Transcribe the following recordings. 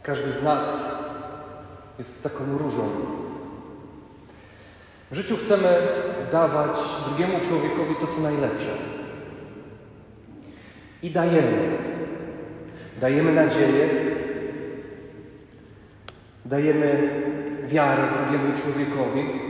Każdy z nas jest taką różą. W życiu chcemy dawać drugiemu człowiekowi to, co najlepsze. I dajemy. Dajemy nadzieję, dajemy wiarę drugiemu człowiekowi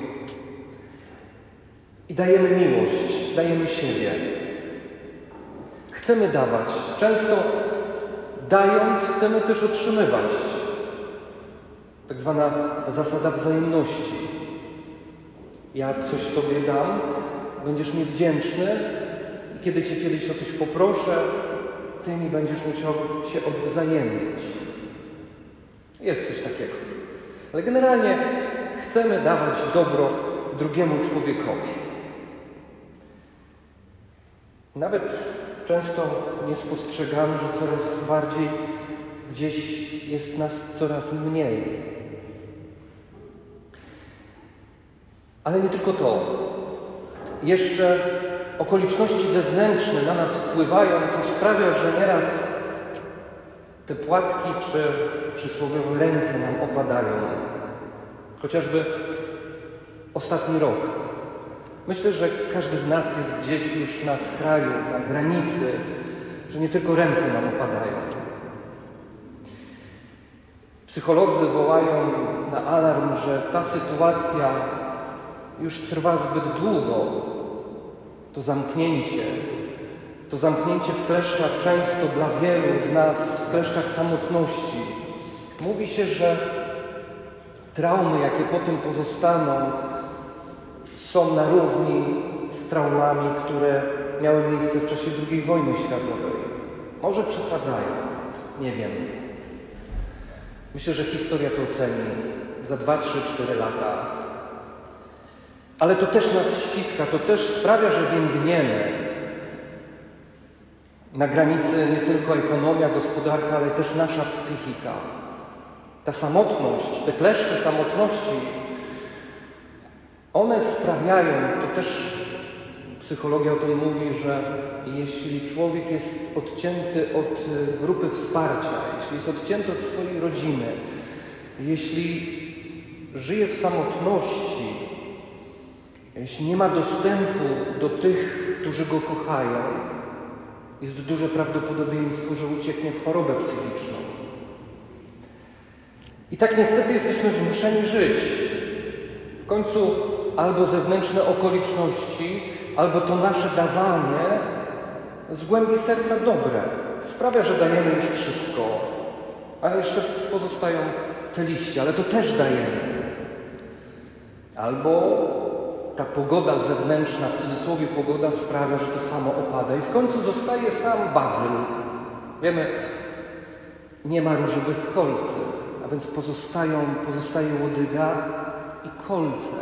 i dajemy miłość, dajemy siebie. Chcemy dawać. Często dając chcemy też otrzymywać. Tak zwana zasada wzajemności. Ja coś Tobie dam, będziesz mi wdzięczny i kiedy Cię kiedyś o coś poproszę, Ty mi będziesz musiał się odwzajemnić. Jest coś takiego. Ale generalnie chcemy dawać dobro drugiemu człowiekowi. Nawet często nie spostrzegamy, że coraz bardziej gdzieś jest nas coraz mniej. Ale nie tylko to. Jeszcze okoliczności zewnętrzne na nas wpływają, co sprawia, że nieraz te płatki czy przysłowiowe ręce nam opadają. Chociażby ostatni rok. Myślę, że każdy z nas jest gdzieś już na skraju, na granicy, że nie tylko ręce nam opadają. Psycholodzy wołają na alarm, że ta sytuacja już trwa zbyt długo. To zamknięcie w kleszczach często dla wielu z nas, w kleszczach samotności. Mówi się, że traumy, jakie po tym pozostaną, są na równi z traumami, które miały miejsce w czasie II wojny światowej. Może przesadzają, nie wiem. Myślę, że historia to oceni za 2, 3, 4 lata. Ale to też nas ściska, to też sprawia, że więdniemy. Na granicy nie tylko ekonomia, gospodarka, ale też nasza psychika. Ta samotność, te kleszcze samotności, one sprawiają, to też psychologia o tym mówi, że jeśli człowiek jest odcięty od grupy wsparcia, jeśli jest odcięty od swojej rodziny, jeśli żyje w samotności, jeśli nie ma dostępu do tych, którzy go kochają, jest duże prawdopodobieństwo, że ucieknie w chorobę psychiczną. I tak niestety jesteśmy zmuszeni żyć. W końcu albo zewnętrzne okoliczności, albo to nasze dawanie z głębi serca dobre sprawia, że dajemy już wszystko, ale jeszcze pozostają te liście, ale to też dajemy. Albo ta pogoda zewnętrzna, w cudzysłowie pogoda, sprawia, że to samo opada i w końcu zostaje sam badyl. Wiemy, nie ma róży bez kolcy, a więc pozostaje łodyga i kolce.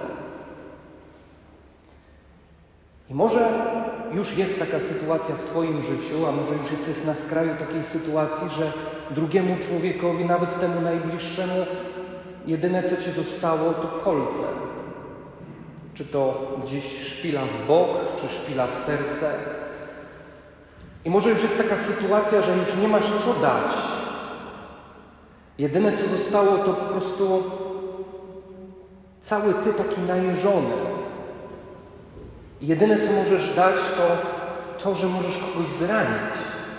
I może już jest taka sytuacja w Twoim życiu, a może już jesteś na skraju takiej sytuacji, że drugiemu człowiekowi, nawet temu najbliższemu, jedyne co Ci zostało to kolce. Czy to gdzieś szpila w bok, czy szpila w serce. I może już jest taka sytuacja, że już nie masz co dać. Jedyne co zostało to po prostu cały Ty taki najeżony. I jedyne co możesz dać to, że możesz kogoś zranić.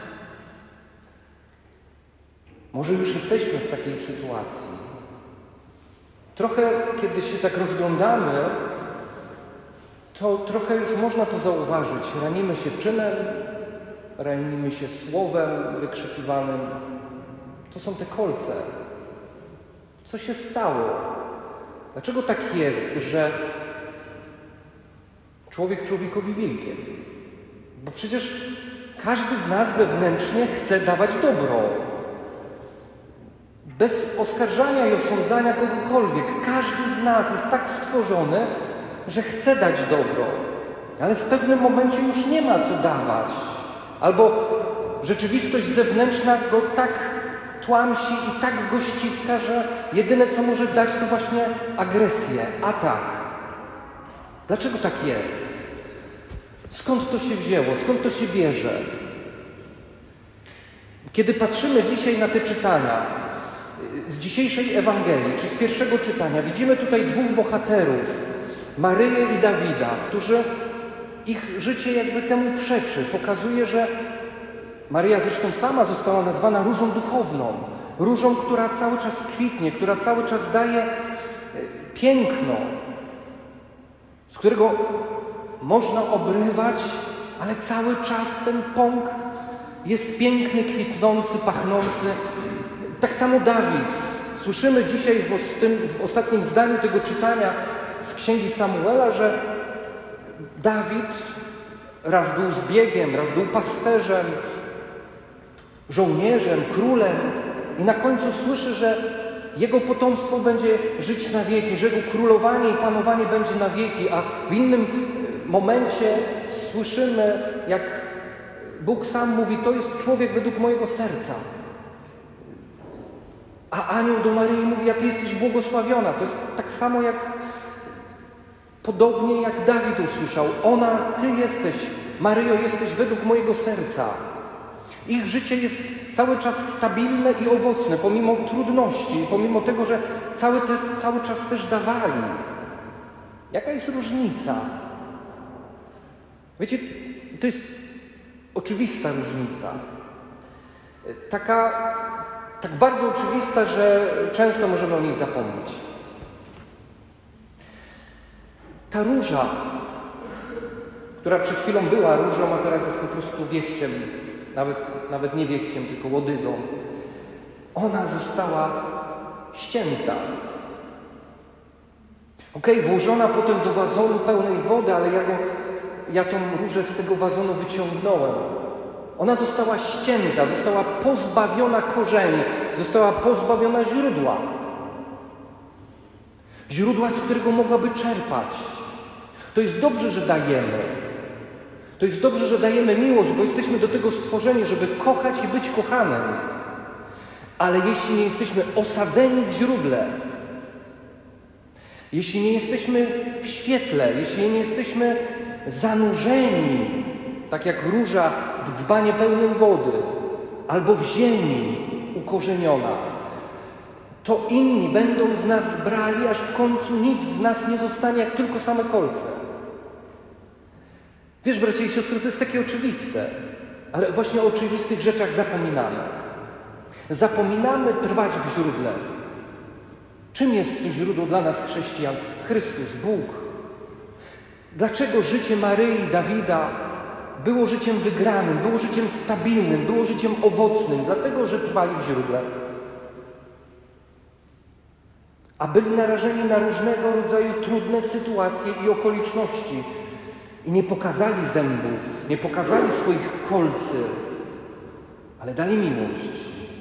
Może już jesteśmy w takiej sytuacji. Trochę, kiedy się tak rozglądamy, to trochę już można to zauważyć. Ranimy się czynem, ranimy się słowem wykrzykiwanym. To są te kolce. Co się stało? Dlaczego tak jest, że człowiek człowiekowi wilkiem? Bo przecież każdy z nas wewnętrznie chce dawać dobro. Bez oskarżania i osądzania kogokolwiek. Każdy z nas jest tak stworzony, że chce dać dobro, ale w pewnym momencie już nie ma co dawać. Albo rzeczywistość zewnętrzna go tak tłamsi i tak go ściska, że jedyne co może dać to właśnie agresję, atak. Dlaczego tak jest? Skąd to się wzięło? Skąd to się bierze? Kiedy patrzymy dzisiaj na te czytania, z dzisiejszej Ewangelii, czy z pierwszego czytania, widzimy tutaj dwóch bohaterów, Maryję i Dawida, którzy ich życie jakby temu przeczy. Pokazuje, że Maryja zresztą sama została nazwana różą duchowną, różą, która cały czas kwitnie, która cały czas daje piękno, z którego można obrywać, ale cały czas ten pąk jest piękny, kwitnący, pachnący. Tak samo Dawid. Słyszymy dzisiaj w ostatnim zdaniu tego czytania z Księgi Samuela, że Dawid raz był zbiegiem, raz był pasterzem, żołnierzem, królem i na końcu słyszy, że jego potomstwo będzie żyć na wieki, że jego królowanie i panowanie będzie na wieki, a w innym momencie słyszymy, jak Bóg sam mówi, to jest człowiek według mojego serca. A anioł do Maryi mówi, a ty jesteś błogosławiona. To jest tak samo podobnie jak Dawid usłyszał. Ty jesteś, Maryjo, jesteś według mojego serca. Ich życie jest cały czas stabilne i owocne, pomimo trudności, pomimo tego, że cały czas też dawali. Jaka jest różnica? Wiecie, to jest oczywista różnica. Tak bardzo oczywista, że często możemy o niej zapomnieć. Ta róża, która przed chwilą była różą, a teraz jest po prostu wiechciem, nawet nie wiechciem, tylko łodygą, ona została ścięta. Włożona potem do wazonu pełnej wody, ale ja tą różę z tego wazonu wyciągnąłem. Ona została ścięta, została pozbawiona korzeni, została pozbawiona źródła. Źródła, z którego mogłaby czerpać. To jest dobrze, że dajemy. To jest dobrze, że dajemy miłość, bo jesteśmy do tego stworzeni, żeby kochać i być kochanym. Ale jeśli nie jesteśmy osadzeni w źródle, jeśli nie jesteśmy w świetle, jeśli nie jesteśmy zanurzeni, tak jak róża w dzbanie pełnym wody, albo w ziemi ukorzeniona, to inni będą z nas brali, aż w końcu nic z nas nie zostanie, jak tylko same kolce. Wiesz, bracia i siostry, to jest takie oczywiste, ale właśnie o oczywistych rzeczach zapominamy. Zapominamy trwać w źródle. Czym jest to źródło dla nas chrześcijan? Chrystus, Bóg. Dlaczego życie Maryi, Dawida było życiem wygranym, było życiem stabilnym, było życiem owocnym? Dlatego, że trwali w źródle. A byli narażeni na różnego rodzaju trudne sytuacje i okoliczności. I nie pokazali zębów, nie pokazali swoich kolcy, ale dali miłość.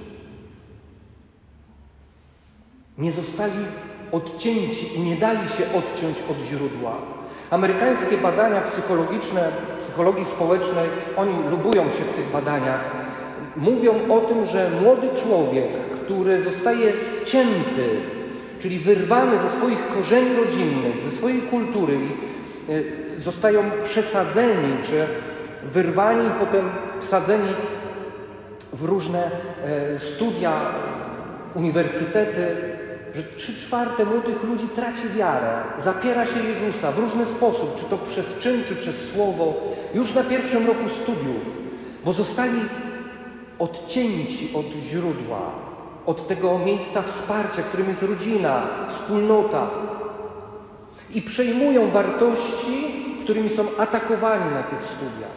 Nie zostali odcięci i nie dali się odciąć od źródła. Amerykańskie badania psychologiczne, psychologii społecznej, oni lubują się w tych badaniach, mówią o tym, że młody człowiek, który zostaje ścięty, czyli wyrwany ze swoich korzeni rodzinnych, ze swojej kultury i zostają przesadzeni, czy wyrwani i potem wsadzeni w różne studia, uniwersytety, że 3/4 młodych ludzi traci wiarę, zapiera się Jezusa w różny sposób, czy to przez czyn, czy przez słowo, już na pierwszym roku studiów, bo zostali odcięci od źródła, od tego miejsca wsparcia, którym jest rodzina, wspólnota. I przejmują wartości, którymi są atakowani na tych studiach.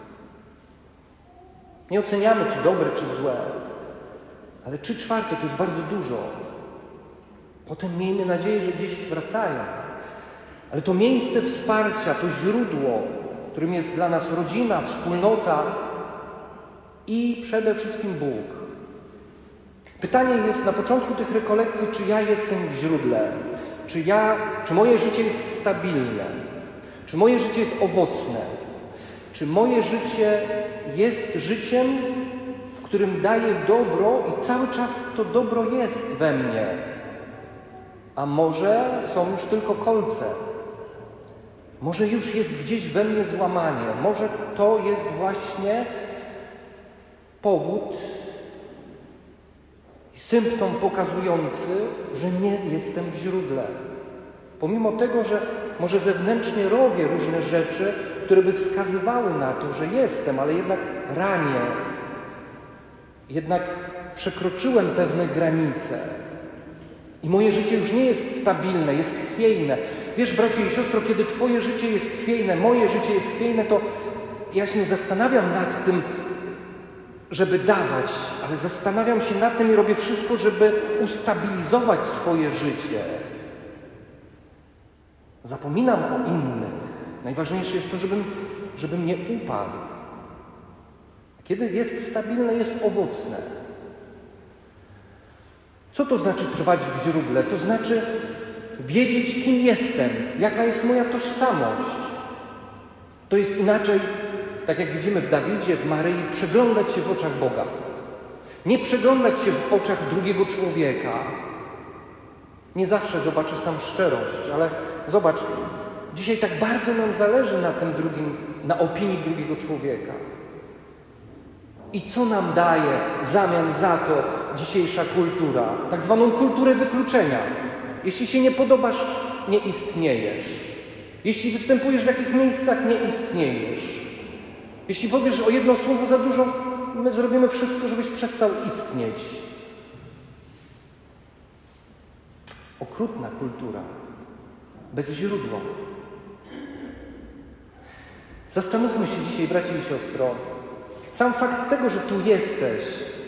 Nie oceniamy, czy dobre, czy złe, ale 3/4 to jest bardzo dużo. Potem miejmy nadzieję, że gdzieś wracają. Ale to miejsce wsparcia, to źródło, którym jest dla nas rodzina, wspólnota i przede wszystkim Bóg. Pytanie jest na początku tych rekolekcji, czy ja jestem w źródle, czy moje życie jest stabilne, czy moje życie jest owocne, czy moje życie jest życiem, w którym daję dobro i cały czas to dobro jest we mnie. A może są już tylko kolce, może już jest gdzieś we mnie złamanie, może to jest właśnie powód Symptom pokazujący, że nie jestem w źródle. Pomimo tego, że może zewnętrznie robię różne rzeczy, które by wskazywały na to, że jestem, ale jednak ranię. Jednak przekroczyłem pewne granice. I moje życie już nie jest stabilne, jest chwiejne. Wiesz, bracie i siostro, kiedy twoje życie jest chwiejne, moje życie jest chwiejne, to ja się nie zastanawiam nad tym, żeby dawać, ale zastanawiam się nad tym i robię wszystko, żeby ustabilizować swoje życie. Zapominam o innych. Najważniejsze jest to, żebym nie upadł. Kiedy jest stabilne, jest owocne. Co to znaczy trwać w źródle? To znaczy wiedzieć, kim jestem, jaka jest moja tożsamość. To jest inaczej, tak jak widzimy w Dawidzie, w Maryi, przeglądać się w oczach Boga. Nie przeglądać się w oczach drugiego człowieka. Nie zawsze zobaczysz tam szczerość, ale zobacz, dzisiaj tak bardzo nam zależy na tym drugim, na opinii drugiego człowieka. I co nam daje w zamian za to dzisiejsza kultura? Tak zwaną kulturę wykluczenia. Jeśli się nie podobasz, nie istniejesz. Jeśli występujesz w jakichś miejscach, nie istniejesz. Jeśli powiesz o jedno słowo za dużo, my zrobimy wszystko, żebyś przestał istnieć. Okrutna kultura. Bez źródła. Zastanówmy się dzisiaj, bracie i siostro, sam fakt tego, że tu jesteś,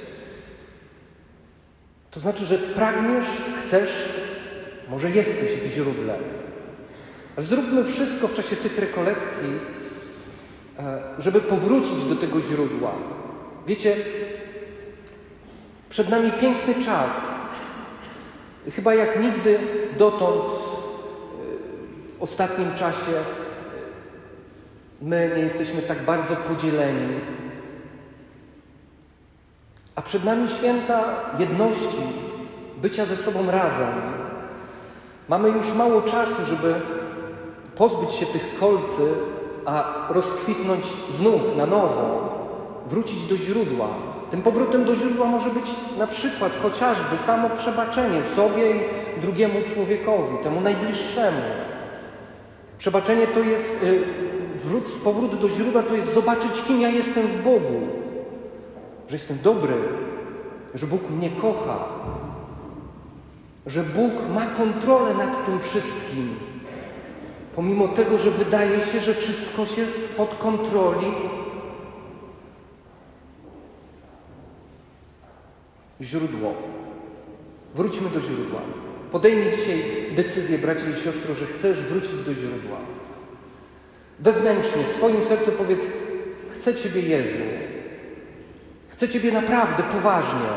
to znaczy, że pragniesz, chcesz, może jesteś w źródle. Zróbmy wszystko w czasie tych rekolekcji, żeby powrócić do tego źródła. Wiecie, przed nami piękny czas. Chyba jak nigdy dotąd w ostatnim czasie my nie jesteśmy tak bardzo podzieleni. A przed nami święta jedności, bycia ze sobą razem. Mamy już mało czasu, żeby pozbyć się tych kolcy, a rozkwitnąć znów na nowo, wrócić do źródła. Tym powrotem do źródła może być na przykład chociażby samo przebaczenie sobie i drugiemu człowiekowi, temu najbliższemu. Przebaczenie to jest, powrót do źródła to jest zobaczyć, kim ja jestem w Bogu. Że jestem dobry, że Bóg mnie kocha, że Bóg ma kontrolę nad tym wszystkim. Pomimo tego, że wydaje się, że wszystko się spod kontroli. Źródło. Wróćmy do źródła. Podejmij dzisiaj decyzję, bracie i siostro, że chcesz wrócić do źródła. Wewnętrznie, w swoim sercu powiedz: chcę Ciebie, Jezu. Chcę Ciebie naprawdę, poważnie.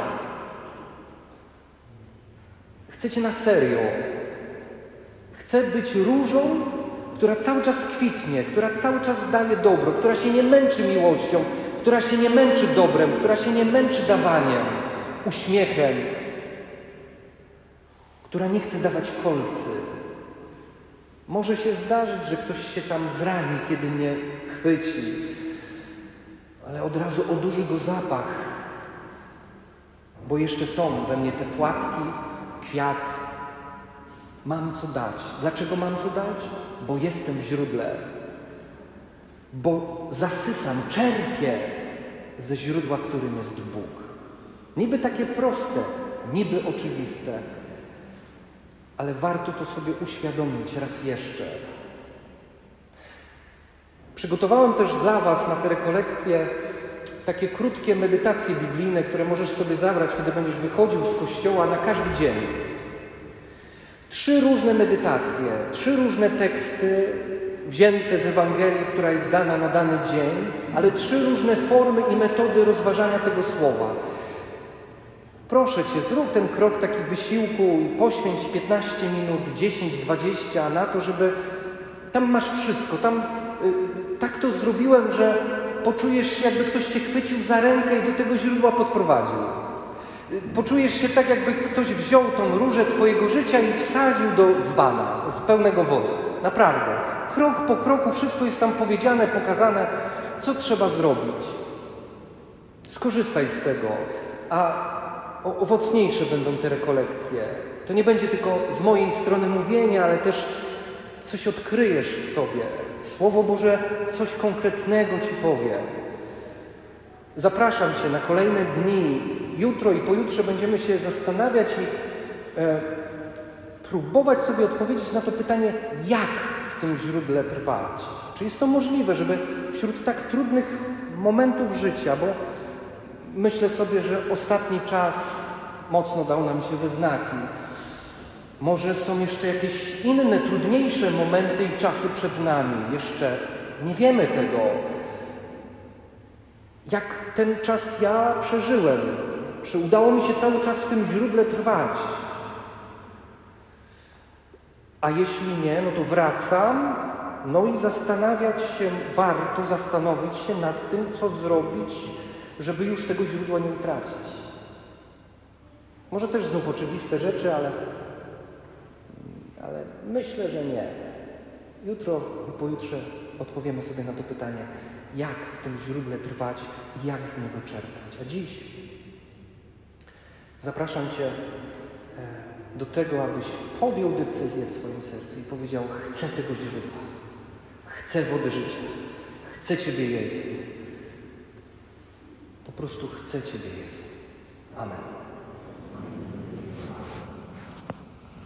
Chcę Cię na serio. Chcę być różą, która cały czas kwitnie, która cały czas daje dobro, która się nie męczy miłością, która się nie męczy dobrem, która się nie męczy dawaniem, uśmiechem, która nie chce dawać kolcy. Może się zdarzyć, że ktoś się tam zrani, kiedy mnie chwyci, ale od razu odurzy go zapach, bo jeszcze są we mnie te płatki, kwiat. Mam co dać. Dlaczego mam co dać? Bo jestem w źródle. Bo zasysam, czerpię ze źródła, którym jest Bóg. Niby takie proste, niby oczywiste, ale warto to sobie uświadomić raz jeszcze. Przygotowałem też dla Was na te rekolekcje takie krótkie medytacje biblijne, które możesz sobie zabrać, kiedy będziesz wychodził z kościoła na każdy dzień. 3 różne medytacje, 3 różne teksty wzięte z Ewangelii, która jest dana na dany dzień, ale 3 różne formy i metody rozważania tego słowa. Proszę Cię, zrób ten krok taki wysiłku i poświęć 15 minut, 10, 20 na to, żeby... Tam masz wszystko. Tam tak to zrobiłem, że poczujesz się, jakby ktoś Cię chwycił za rękę i do tego źródła podprowadził. Poczujesz się tak, jakby ktoś wziął tą różę Twojego życia i wsadził do dzbana z pełnego wody. Naprawdę. Krok po kroku wszystko jest tam powiedziane, pokazane, co trzeba zrobić. Skorzystaj z tego. A owocniejsze będą te rekolekcje. To nie będzie tylko z mojej strony mówienia, ale też coś odkryjesz w sobie. Słowo Boże coś konkretnego Ci powie. Zapraszam Cię na kolejne dni. Jutro i pojutrze będziemy się zastanawiać i próbować sobie odpowiedzieć na to pytanie, jak w tym źródle trwać. Czy jest to możliwe, żeby wśród tak trudnych momentów życia, bo myślę sobie, że ostatni czas mocno dał nam się we znaki. Może są jeszcze jakieś inne, trudniejsze momenty i czasy przed nami. Jeszcze nie wiemy tego. Jak ten czas ja przeżyłem? Czy udało mi się cały czas w tym źródle trwać? A jeśli nie, no to wracam, no i warto zastanowić się nad tym, co zrobić, żeby już tego źródła nie utracić. Może też znów oczywiste rzeczy, ale myślę, że nie. Jutro i pojutrze odpowiemy sobie na to pytanie, jak w tym źródle trwać i jak z niego czerpać. A dziś zapraszam Cię do tego, abyś podjął decyzję w swoim sercu i powiedział, chcę tego źródła, chcę wody życia, chcę Ciebie, Jezu. Po prostu chcę Ciebie, Jezu. Amen.